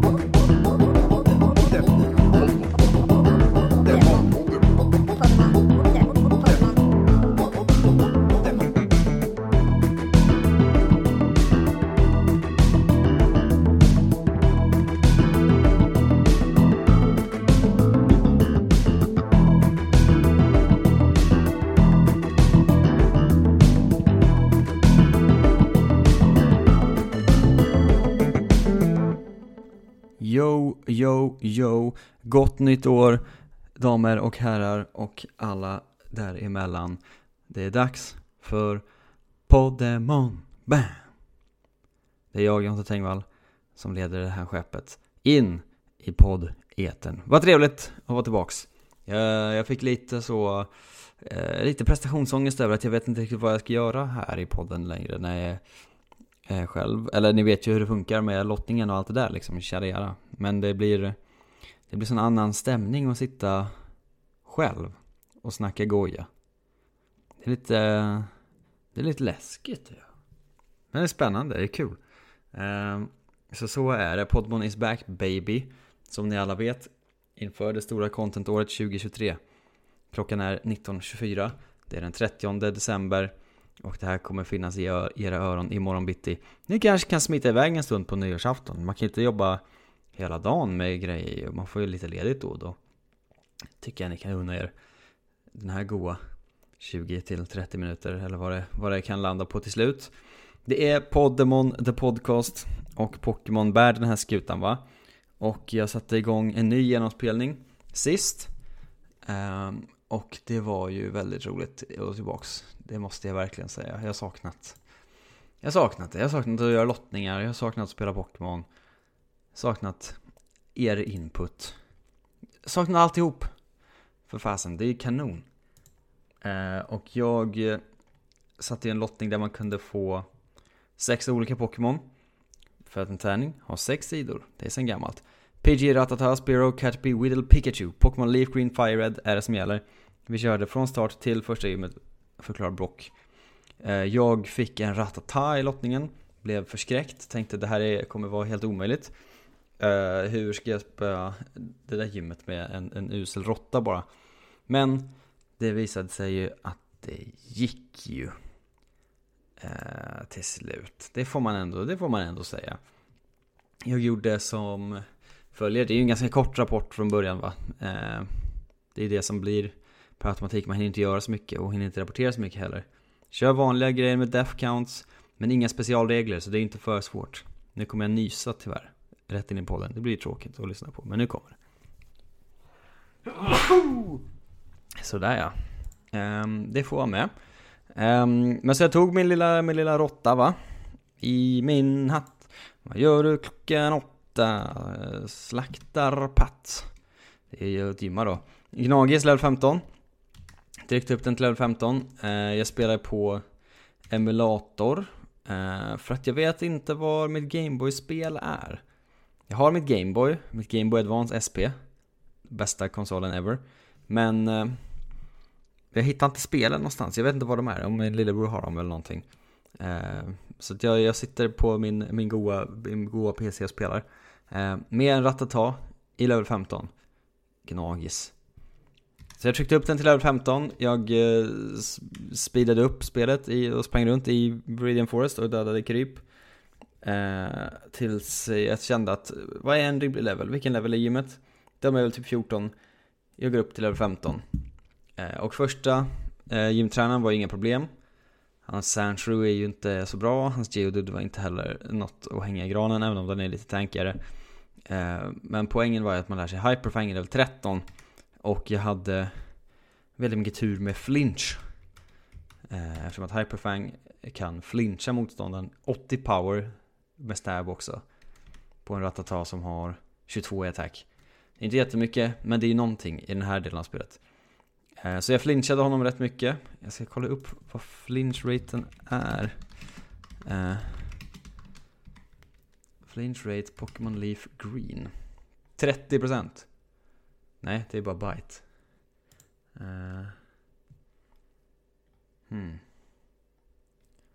Yo, gott nytt år, damer och herrar och alla däremellan. Det är dags för Poddemon. Bam! Det är jag, Jonte Tengvall, som leder det här skeppet in i podd-eten. Vad trevligt att vara tillbaks. Jag fick lite prestationsångest över att jag vet inte riktigt vad jag ska göra här i podden längre när jag är själv. Eller ni vet ju hur det funkar med lottningen och allt det där liksom, kära. Men det blir sån annan stämning att sitta själv och snacka goja. Det är lite läskigt. Ja. Men det är spännande, det är kul. Så är det. Podmon is back, baby. Som ni alla vet, inför det stora contentåret 2023. Klockan är 19.24. Det är den 30 december. Och det här kommer finnas i era öron imorgon bitti. Ni kanske kan smita iväg en stund på nyårsafton. Man kan inte jobba hela dagen med grejer. Man får ju lite ledigt då. Tycker jag ni kan unna er den här goa 20-30 minuter. Eller vad det kan landa på till slut. Det är Poddemon, the podcast. Och Pokémon bär den här skutan, va? Och jag satte igång en ny genomspelning sist. Och det var ju väldigt roligt att vara tillbaks. Det måste jag verkligen säga. Jag har saknat det. Jag har saknat att göra lottningar. Jag har saknat att spela Pokémon. Saknat er input. Saknat alltihop. För fasen, det är kanon. Och jag satte i en lottning där man kunde få 6 olika Pokémon. För att en tärning har 6 sidor. Det är sen gammalt. Pidgey, Rattata, Spearow, Caterpie, Weedle, Pikachu. Pokémon Leaf Green, Fire Red är det som gäller. Vi körde från start till första gymmet, förklarar Brock. Jag fick en Rattata i lottningen. Blev förskräckt. Tänkte det här kommer vara helt omöjligt. Hur ska jag spöa det där gymmet med en usel råtta bara. Men det visade sig ju att det gick ju till slut. Det får man ändå säga. Jag gjorde som följer. Det är ju en ganska kort rapport från början, va? Det är det som blir per automatik. Man hinner inte göra så mycket och hinner inte rapportera så mycket heller. Kör vanliga grejer med death counts, men inga specialregler, så det är inte för svårt. Nu kommer jag nysa tyvärr rätt in i podden. Det blir tråkigt att lyssna på, men nu kommer det. Sådär ja. Det får vara med. Men så jag tog min lilla råtta, va? I min hatt. Vad gör du klockan 8? Slaktar patt. Det är ju ett gymma då. Gnagis level 15. Direkt upp den till level 15. Jag spelar på emulator. För att jag vet inte var mitt Gameboy-spel är. Jag har mitt Gameboy Advance SP. Bästa konsolen ever. Men jag hittar inte spelen någonstans. Jag vet inte var de är. Om min lillebror har dem eller någonting. Så att jag sitter på min goa PC och spelar. Med en Rattata i level 15. Gnagis. Så jag tryckte upp den till level 15. Jag speedade upp spelet och sprang runt i Viridian Forest och dödade kryp. Tills jag kände att vad är en rimlig level? Vilken level är gymmet? De är väl typ 14. Jag går upp till level 15. Och första gymtränaren var inga problem. Hans Sandshrew är ju inte så bra. Hans Geodude var inte heller något att hänga i granen, även om den är lite tankigare. Men poängen var ju att man lär sig Hyperfang i level 13. Och jag hade väldigt mycket tur med flinch. Eftersom att Hyperfang kan flincha motståndaren. 80 power med stab också. På en Rattata som har 22 i attack. Det är inte jättemycket, men det är ju någonting i den här delen av spelet. Så jag flinchade honom rätt mycket. Jag ska kolla upp vad flinch-raten är. Flinch rate Pokémon Leaf Green 30%. Nej, det är bara bite.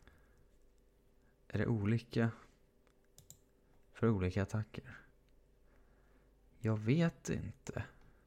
Är det olika för olika attacker? Jag vet inte.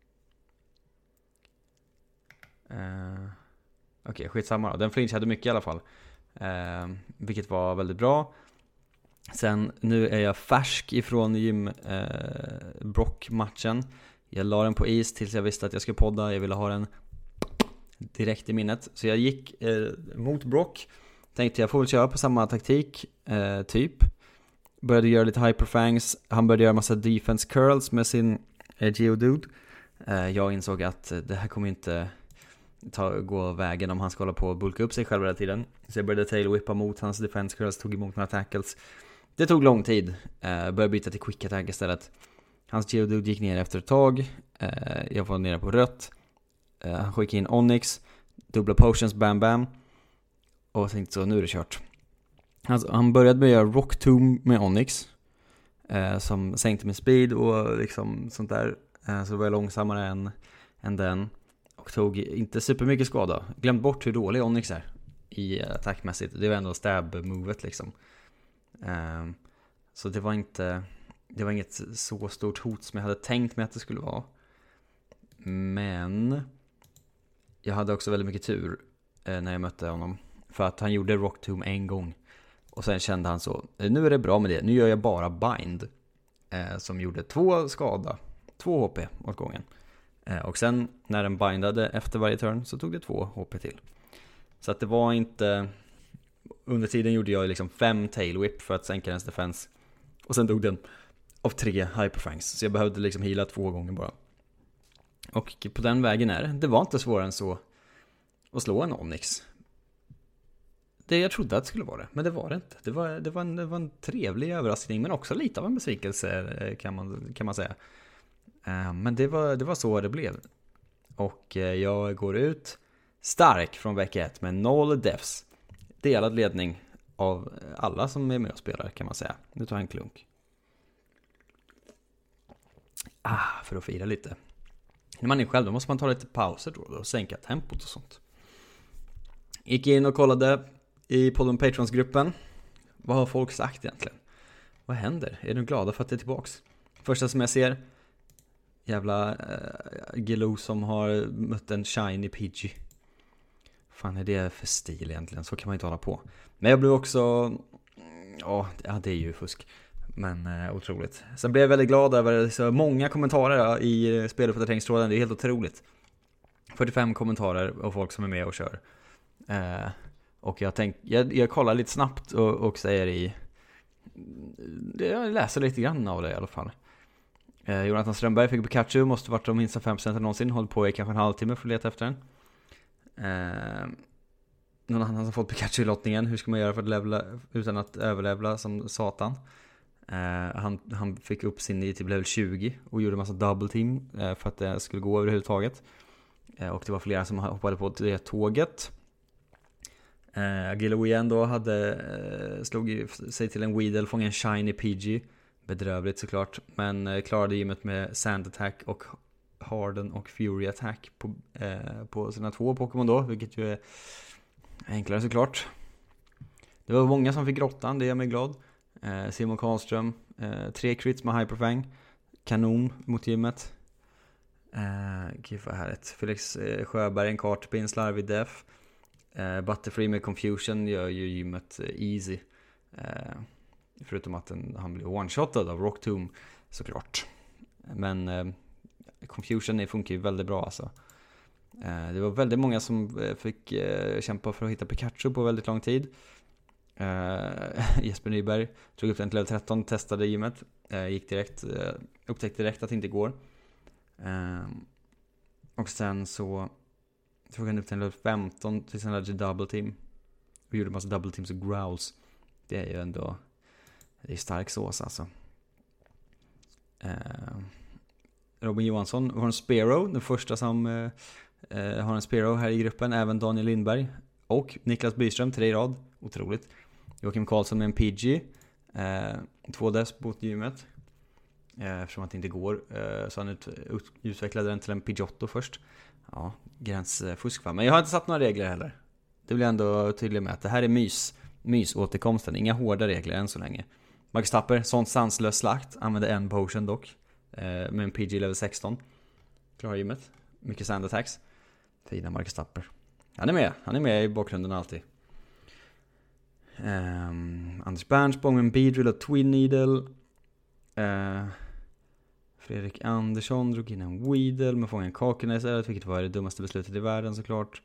Okej, skitsamma då. Den flinch hade mycket i alla fall. Vilket var väldigt bra. Sen, nu är jag färsk ifrån Brock-matchen. Jag la den på is tills jag visste att jag skulle podda. Jag ville ha den direkt i minnet. Så jag gick mot Brock. Tänkte jag får väl köra på samma taktik, typ. Började göra lite hyperfangs. Han började göra massa defense curls med sin Geodude. Jag insåg att det här kommer inte gå vägen om han ska hålla på och bulka upp sig själv hela tiden. Så jag började tailwhippa mot hans defense curls, tog emot några tackles. Det tog lång tid. Började byta till quick attack istället. Hans Geodude gick ner efter ett tag. Jag var nere på rött. Han skickade in Onyx. Dubbla potions, bam bam. Och tänkte så, nu är det kört. Alltså, han började med att göra Rock Tomb med Onyx. Som sänkte min speed och liksom sånt där. Så det var långsammare än den. Och tog inte supermycket skada. Glömt bort hur dålig Onyx är i attackmässigt. Det var ändå stab-movet liksom. Så det var inget så stort hot som jag hade tänkt mig att det skulle vara. Men jag hade också väldigt mycket tur när jag mötte honom. För att han gjorde Rock Tomb en gång. Och sen kände han så, nu är det bra med det. Nu gör jag bara bind. Som gjorde 2 skada. 2 HP åt gången. Och sen när den bindade efter varje turn så tog det 2 HP till. Så att det var inte... Under tiden gjorde jag liksom 5 tail whip för att sänka dens defense. Och sen dog den av 3 hyperfangs. Så jag behövde liksom heala 2 gånger bara. Och på den vägen det var inte svårare än så att slå en Onyx. Det jag trodde att det skulle vara det, men det var det inte. Det var en trevlig överraskning, men också lite av en besvikelse kan man säga. Men det var så det blev. Och jag går ut stark från vecka 1 med 0 deaths. Delad ledning av alla som är med och spelar, kan man säga. Nu tar jag en klunk. För att fira lite. När man är själv, då måste man ta lite pauser då och sänka tempot och sånt. Gick in och kollade i podden Patrons-gruppen. Vad har folk sagt egentligen? Vad händer? Är de glada för att det är tillbaks? Första som jag ser, jävla Gilou som har mött en shiny Pidgey. Fan är det för stil egentligen? Så kan man inte hålla på. Men jag blev också... Ja, det är ju fusk. Men otroligt. Sen blev jag väldigt glad över så många kommentarer i spelet på tängstråden. Det är helt otroligt. 45 kommentarer av folk som är med och kör. Och jag kollar lite snabbt och säger jag läser lite grann av det i alla fall. Jonathan Strömberg fick Pikachu, måste varit de minsta 5% någonsin. Hållit på i kanske en halvtimme för att leta efter den. Någon annan som fått Pikachu i lottningen. Hur ska man göra för att levla utan att överlevla som satan? Han fick upp sin i till level 20 och gjorde en massa double team för att det skulle gå överhuvudtaget. Och det var flera som hoppade på det tåget. Gilou igen då slog sig till en Weedle, fångade en shiny Pidgey. Bedrövligt såklart, men klarade gymmet med Sand Attack och Harden och Fury Attack på sina 2 Pokémon då, vilket ju är enklare såklart. Det var många som fick grottan, det gör mig glad. Simon Karlström, 3 crits med Hyperfang, kanon mot gymmet. Gud vad härligt. Felix Sjöberg, en kartpin, slarvig def. Butterfree med Confusion gör ju gymmet easy. Förutom att han blir one-shotad av Rock Tomb såklart. Men Confusion funkar ju väldigt bra alltså. Det var väldigt många som fick kämpa för att hitta Pikachu på väldigt lång tid. Jesper Nyberg tog upp den till level 13, testade gymmet, gick direkt, upptäckte direkt att det inte går. Och sen så tog han upp till level 15 till sin lärde double team och gjorde en massa double teams och growls. Det är ju ändå, det är stark sås alltså. Robin Johansson har en Spearow, den första som har en Spearow här i gruppen. Även Daniel Lindberg och Niklas Byström, 3 i rad, otroligt. Joakim Karlsson med en Pidgey, 2 deaths på gymmet. Eftersom att det inte går, så han utvecklade den till en Pidgeotto först. Ja, gränsfusk va. Men jag har inte satt några regler heller. Det vill jag ändå tydlig med att det här är mysåterkomsten. Inga hårda regler än så länge. Max Tapper, sånt sanslös slakt. Använde en potion dock. med en PG level 16. Klarar gymmet. Mycket sand attacks. Fina Marcus Tapper. Han är med i bakgrunden alltid. Anders Bernsbong med en Beedrill och Twin Needle. Fredrik Andersson drog in en Weedle med fången Kakenäs, vilket var det dummaste beslutet i världen såklart.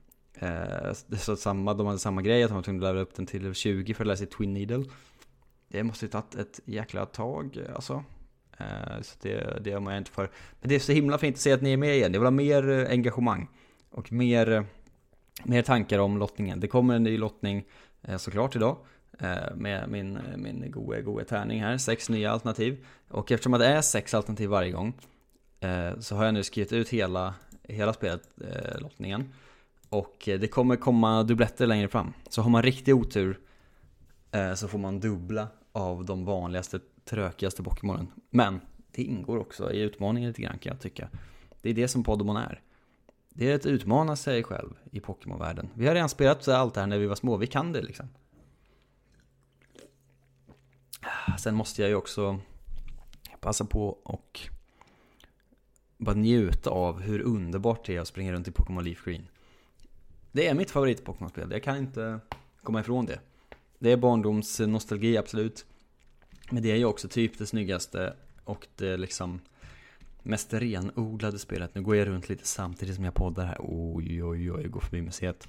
De hade samma grej, att de var tvungna att levela upp den till 20 för att lära sig Twin Needle. Det måste ju tagit ett jäkla tag alltså. Så det har man inte för. Men det är så himla fint att se att ni är med igen. Det vill ha mer engagemang och mer tankar om lottningen. Det kommer en ny lottning såklart idag med min goda tärning här. 6 nya alternativ. Och eftersom det är 6 alternativ varje gång så har jag nu skrivit ut hela spelet, lottningen. Och det kommer komma dubbletter längre fram. Så har man riktig otur så får man dubbla av de vanligaste, trökigaste Pokémonen. Men det ingår också i utmaningen lite grann, kan jag tycka. Det är det som Podemon är. Det är att utmana sig själv i Pokémon-världen. Vi har redan spelat allt det här när vi var små. Vi kan det liksom. Sen måste jag ju också passa på och bara njuta av hur underbart det är att springa runt i Pokémon Leaf Green. Det är mitt favorit Pokémon-spel. Jag kan inte komma ifrån det. Det är barndoms nostalgi, absolut. Men det är ju också typ det snyggaste och det liksom mest renodlade spelet. Nu går jag runt lite samtidigt som jag poddar här. Oj, jag går förbi museet.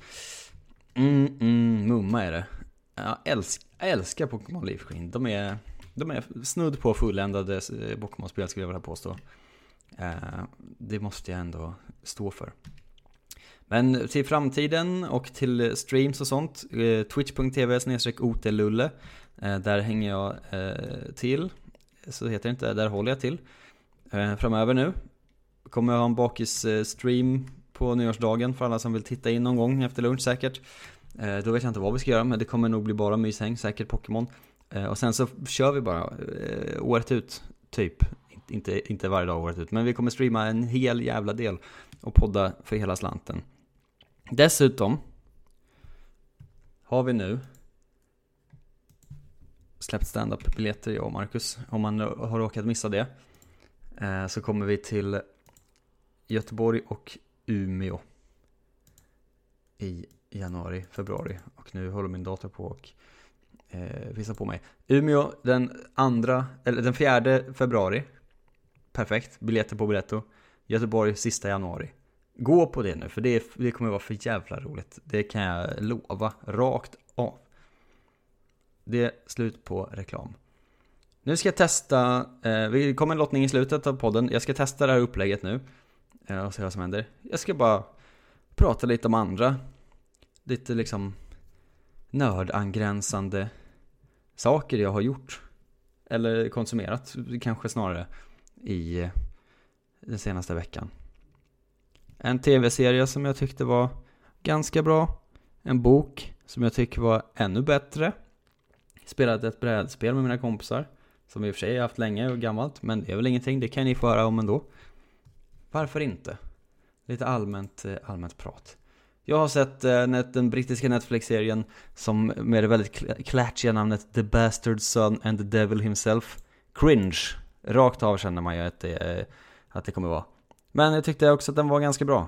Mumma är det. Jag älskar Pokémon Leaf Green. De är snudd på fulländade Pokémon-spel, skulle jag vilja påstå. Det måste jag ändå stå för. Men till framtiden och till streams och sånt, twitch.tv/otlulle, där hänger jag till. Så heter det inte, där håller jag till. Framöver nu kommer jag ha en bakis-stream på nyårsdagen för alla som vill titta in någon gång efter lunch säkert. Då vet jag inte vad vi ska göra, men det kommer nog bli bara myshäng, säkert Pokémon. Och sen så kör vi bara året ut, typ. Inte varje dag året ut, men vi kommer streama en hel jävla del och podda för hela slanten. Dessutom har vi nu släppt stand-up-biljetter, jag och Marcus. Om man har råkat missa det så kommer vi till Göteborg och Umeå i januari, februari. Och nu håller min dator på och visa på mig. Umeå den 4 februari. Perfekt, biljetter på Biletto. Göteborg sista januari. Gå på det nu, för det kommer vara för jävla roligt. Det kan jag lova, rakt av. Det är slut på reklam. Nu ska jag testa, vi kommer en lottning i slutet av podden. Jag ska testa det här upplägget nu och se vad som händer. Jag ska bara prata lite om andra, lite liksom nördangränsande saker jag har gjort eller konsumerat, kanske snarare, i den senaste veckan. En tv-serie som jag tyckte var ganska bra. En bok som jag tycker var ännu bättre. Spelade ett brädspel med mina kompisar, som i och för sig har haft länge och gammalt, men det är väl ingenting, det kan ni få höra om ändå. Varför inte? Lite allmänt prat. Jag har sett den brittiska Netflix-serien som med det väldigt klatschiga namnet The Bastard Son and the Devil Himself. Cringe. Rakt av känner man ju att det kommer vara. Men jag tyckte också att den var ganska bra.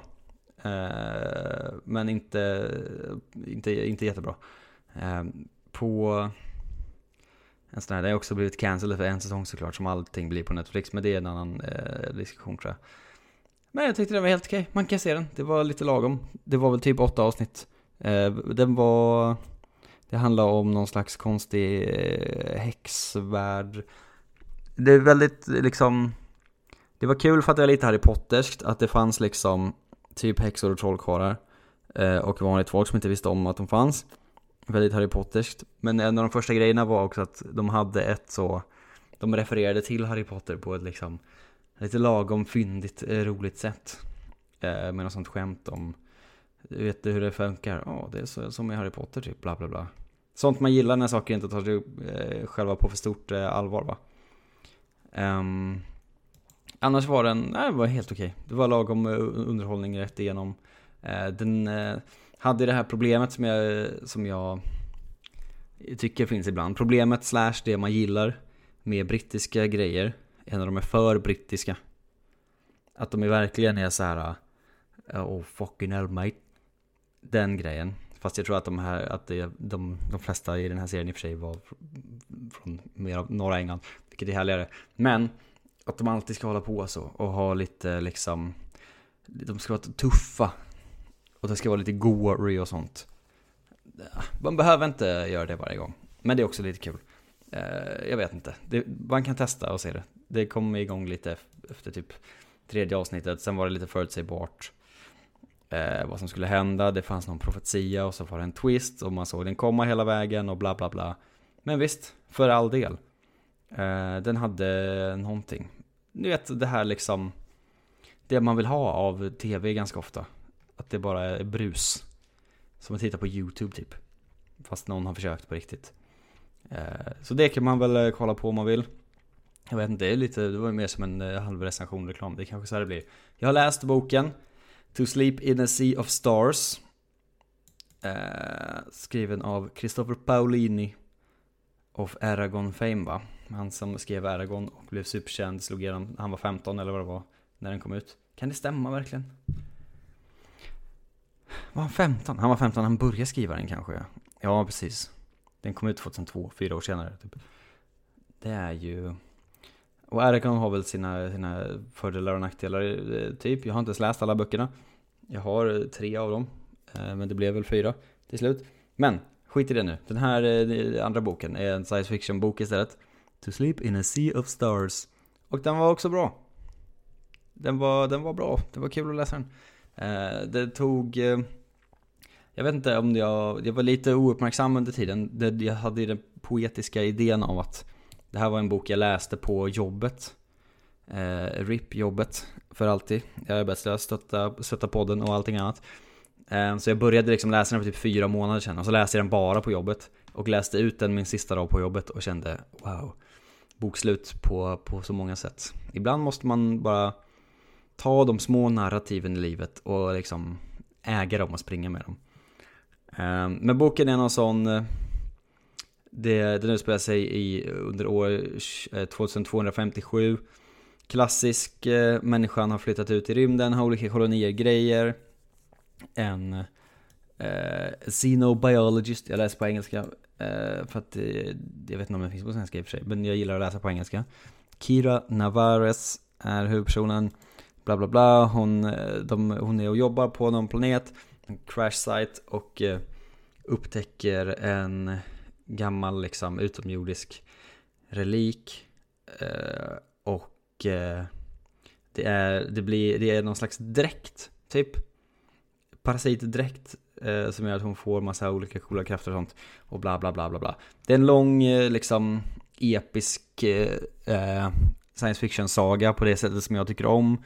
Men inte jättebra. På en sån här, det har också blivit cancelled för en säsong såklart, som allting blir på Netflix. Men det är en annan diskussion, tror jag. Men jag tyckte det var helt okej. Man kan se den. Det var lite lagom. Det var väl typ 8 avsnitt. Det handlar om någon slags konstig häxvärld. Det är väldigt liksom, det var kul för att det var lite Harry Potterskt, att det fanns liksom typ häxor och trollkarlar och vanligt folk som inte visste om att de fanns. Väldigt Harry Potterskt. Men en av de första grejerna var också att de hade de refererade till Harry Potter på ett liksom lite lagom fyndigt roligt sätt, med något sånt skämt om, du vet hur det funkar. Det är så som i Harry Potter typ, bla bla bla. Sånt man gillar när saker inte tar sig själva på för stort allvar, va. Annars var det var helt okej. Det var lagom underhållning rätt igenom. Den hade det här problemet som jag tycker finns ibland. Problemet / det man gillar med brittiska grejer än när de är för brittiska. Att de verkligen är så här oh fucking hell mate. Den grejen. Fast jag tror att de flesta i den här serien i och för sig var från mer av norra England, vilket är härligare. Men att de alltid ska hålla på så och ha lite liksom, de ska vara tuffa och det ska vara lite gory och sånt. Man behöver inte göra det varje gång, men det är också lite kul. Jag vet inte, man kan testa och se det. Det kom igång lite efter typ 3:e avsnittet. Sen var det lite förutsägbart vad som skulle hända. Det fanns någon profetia och så var det en twist och man såg den komma hela vägen och bla bla bla. Men visst, för all del. Den hade någonting. Ni vet det här liksom, det man vill ha av tv ganska ofta. Att det bara är brus. Som att titta på YouTube typ. Fast någon har försökt på riktigt. Så det kan man väl kolla på om man vill. Jag vet inte, det var mer som en halv recension-reklam. Det är kanske så här det blir. Jag har läst boken To Sleep in a Sea of Stars. Skriven av Christopher Paolini of Eragon fame, va? Han som skrev Eragon och blev superkänd, slog igenom, han var 15 eller vad det var när den kom ut. Kan det stämma verkligen? Var han 15? Han var 15 han började skriva den kanske. Ja, precis. Den kom ut 2002, 4 år senare typ. Det är ju... Och Eragon har väl sina fördelar och nackdelar typ. Jag har inte ens läst alla böckerna. Jag har 3 av dem. Men det blev väl 4 till slut. Men skit i det nu. Den här andra boken är en science fiction bok istället. To Sleep in a Sea of Stars. Och den var också bra. Den var bra. Det var kul att läsa den. Det tog... Jag vet inte om jag var lite ouppmärksam under tiden. Jag hade ju den poetiska idén av att det här var en bok jag läste på jobbet. RIP-jobbet för alltid. Jag är bäst att stötta podden och allting annat. Så jag började liksom läsa den för typ 4 månader sedan. Och så läste jag den bara på jobbet. Och läste ut den min sista dag på jobbet. Och kände, wow, bokslut på så många sätt. Ibland måste man bara ta de små narrativen i livet. Och liksom äga dem och springa med dem. Men boken är någon sån... Den utspelar sig under år 2257. Klassisk, människan har flyttat ut i rymden, har olika kolonier, grejer. En xenobiologist, jag läser på engelska för att jag vet inte om det finns på svenska i och för sig, men jag gillar att läsa på engelska. Kira Navarez är huvudpersonen, bla bla bla. Hon är och jobbar på någon planet, en crash site, och upptäcker en gammal liksom utomjordisk relik, och det är någon slags dräkt typ, parasitdräkt, som gör att hon får massa olika coola krafter och sånt och bla bla bla bla bla. Det är en lång liksom episk science fiction saga på det sättet som jag tycker om.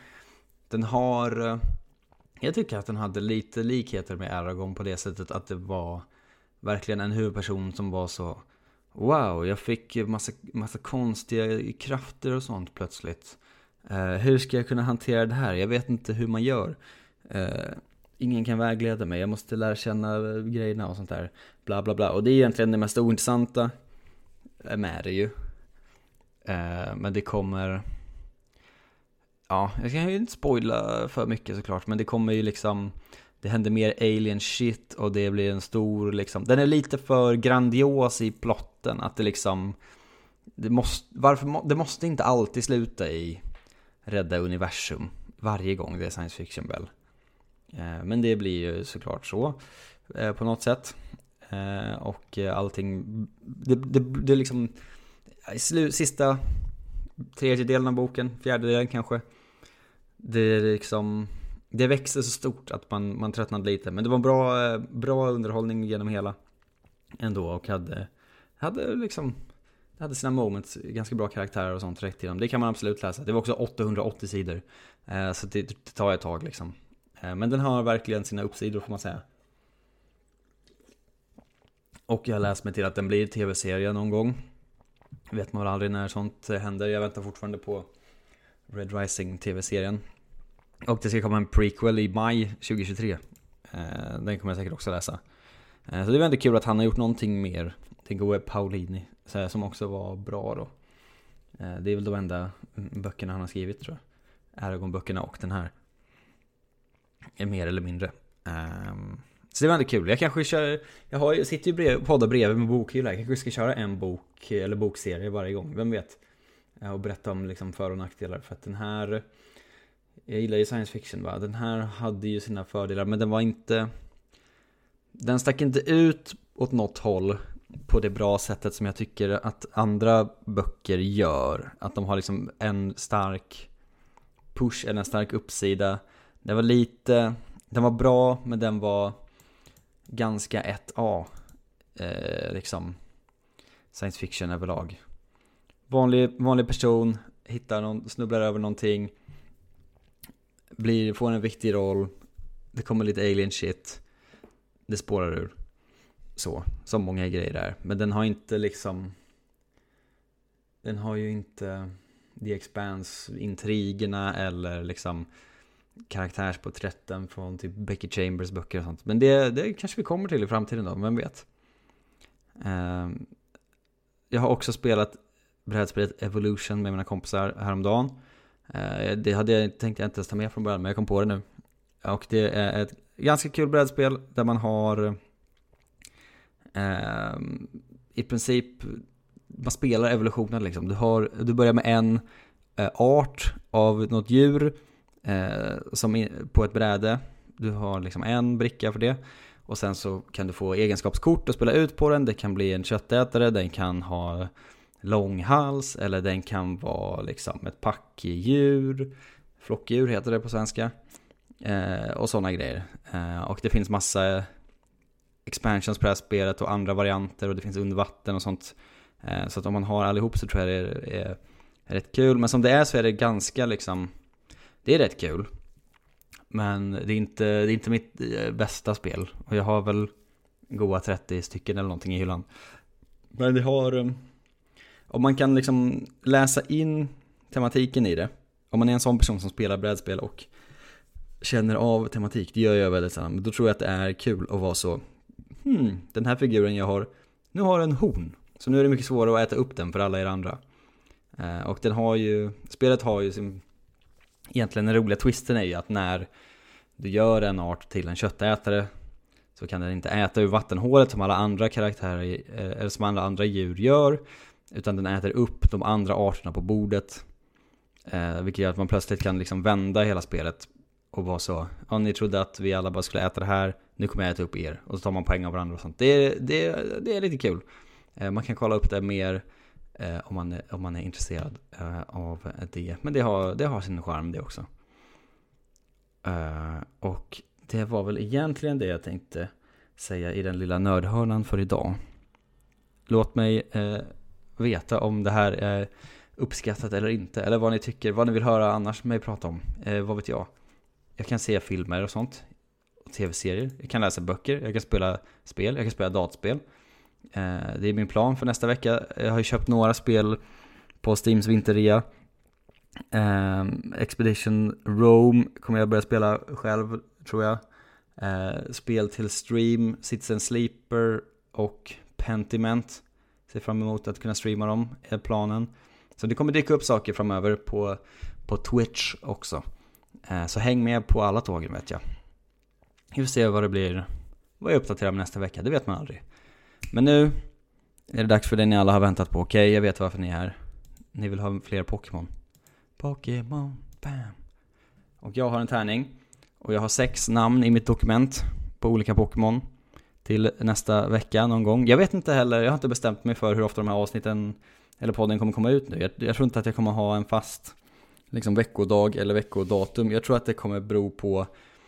Jag tycker att den hade lite likheter med Eragon på det sättet att det var verkligen en huvudperson som var så, wow, jag fick massa konstiga krafter och sånt plötsligt. Hur ska jag kunna hantera det här? Jag vet inte hur man gör. Ingen kan vägleda mig. Jag måste lära känna grejerna och sånt där. Bla bla bla. Och det är egentligen det mest ointressanta med det ju. Men det kommer... Ja, jag kan ju inte spoila för mycket såklart. Men det kommer ju liksom... Det händer mer alien shit och det blir en stor liksom... Den är lite för grandios i plotten. Att det liksom... Det måste inte alltid sluta i rädda universum varje gång det är science fiction väl. Men det blir ju såklart så på något sätt. Och allting det liksom sista 3:e delen av boken, 4:e delen kanske, det är liksom, det växer så stort att man tröttnade lite, men det var bra underhållning genom hela ändå, och hade liksom, det hade sina moments, ganska bra karaktärer och sånt rätt till dem. Det kan man absolut läsa. Det var också 880 sidor. Så det tar ett tag liksom. Men den har verkligen sina uppsidor får man säga. Och jag har läst mig till att den blir tv-serie någon gång. Vet man väl aldrig när sånt händer. Jag väntar fortfarande på Red Rising tv-serien. Och det ska komma en prequel i maj 2023. Den kommer jag säkert också läsa. Så det är väldigt kul att han har gjort någonting mer. Det går Paolini som också var bra då. Det är väl de enda böckerna han har skrivit, tror jag. Aragorn-böckerna och den här. Är mer eller mindre. Så det var väldigt kul. Jag kanske kör... Jag sitter ju poddar bredvid med bokhyllan. Jag kanske ska köra en bok eller bokserie varje gång. Vem vet? Och berätta om liksom för- och nackdelar. För att den här... Jag gillar ju science fiction, va? Den här hade ju sina fördelar, men den var inte... Den stack inte ut åt något håll på det bra sättet som jag tycker att andra böcker gör. Att de har liksom en stark push eller en stark uppsida. Den var bra, men den var ganska 1A. Liksom science fiction överlag. Vanlig person snubblar över någonting, får en viktig roll, det kommer lite alien shit, det spårar ur. Så, som många grejer där. Men den har ju inte The Expanse-intrigerna eller liksom karaktärsporträtten från typ Becky Chambers böcker och sånt. Men det kanske vi kommer till i framtiden då, vem vet. Jag har också spelat brädspelet Evolution med mina kompisar häromdagen. Det tänkte jag inte ens ta med från början, men jag kom på det nu. Och det är ett ganska kul brädspel där man har i princip man spelar evolutionen liksom. Du börjar med en art av något djur som på ett bräde. Du har liksom en bricka för det. Och sen så kan du få egenskapskort och spela ut på den. Det kan bli en köttätare, den kan ha lång hals, eller den kan vara liksom ett packdjur, flockdjur heter det på svenska, och sådana grejer. Och det finns massa expansions på det här spelet och andra varianter, och det finns under vatten och sånt. Så att om man har allihop så tror jag det är rätt kul. Men som det är så är det ganska liksom, det är rätt kul. Men det är inte mitt bästa spel. Och jag har väl goda 30 stycken eller någonting i hyllan. Men det har... Om man kan liksom läsa in tematiken i det. Om man är en sån person som spelar brädspel och känner av tematik, det gör jag väldigt sällan. Men då tror jag att det är kul att vara så... den här figuren jag har, nu har en horn. Så nu är det mycket svårare att äta upp den för alla er andra. Och spelet har ju sin... Egentligen den roliga twisten är ju att när du gör en art till en köttätare så kan den inte äta ur vattenhålet som alla andra karaktärer eller som alla andra djur gör, utan den äter upp de andra arterna på bordet, vilket gör att man plötsligt kan liksom vända hela spelet och vara så, ni trodde att vi alla bara skulle äta det här, nu kommer jag äta upp er, och så tar man poäng av varandra och sånt. Det är lite kul. Man kan kolla upp det mer om man är intresserad av det. Men det har sin charm det också. Och det var väl egentligen det jag tänkte säga i den lilla nördhörnan för idag. Låt mig veta om det här är uppskattat eller inte. Eller vad ni tycker, vad ni vill höra annars mig prata om. Vad vet jag? Jag kan se filmer och sånt. Och tv-serier. Jag kan läsa böcker. Jag kan spela spel. Jag kan spela dataspel. Det är min plan för nästa vecka. Jag har ju köpt några spel på Steams vinterrea. Expedition Rome kommer jag börja spela själv, tror jag. Spel till stream, Citizen Sleeper och Pentiment. Ser fram emot att kunna streama dem, är planen. Så det kommer dyka upp saker framöver på Twitch också. Så häng med på alla tågen, vet jag. Vi får se vad det blir. Vad jag uppdaterar med nästa vecka, det vet man aldrig. Men nu är det dags för det ni alla har väntat på. Okej, jag vet varför ni är här. Ni vill ha fler Pokémon. Pokémon, bam. Och jag har en tärning. Och jag har 6 namn i mitt dokument på olika Pokémon till nästa vecka någon gång. Jag vet inte heller, jag har inte bestämt mig för hur ofta de här avsnitten eller podden kommer komma ut nu. Jag tror inte att jag kommer ha en fast liksom veckodag eller veckodatum. Jag tror att det kommer bero på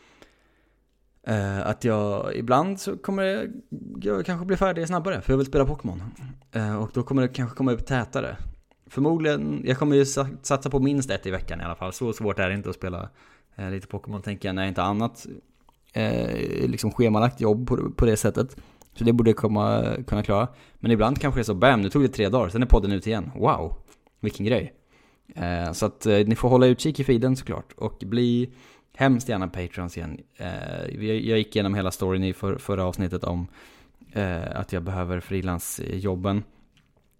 att jag ibland så kommer jag kanske bli färdig snabbare för jag vill spela Pokémon. Och då kommer det kanske komma upp tätare. Förmodligen, jag kommer ju satsa på minst 1 i veckan i alla fall. Så svårt är det inte att spela lite Pokémon, tänker jag, när inte annat liksom schemalagt jobb på det sättet. Så det borde jag kunna klara. Men ibland kanske det är så, bam, nu tog det 3 dagar, sen är podden ut igen. Wow, vilken grej. Så att ni får hålla utkik i feeden såklart. Och bli hemskt gärna Patreons igen. Jag gick igenom hela storyn i förra avsnittet om att jag behöver frilansjobben.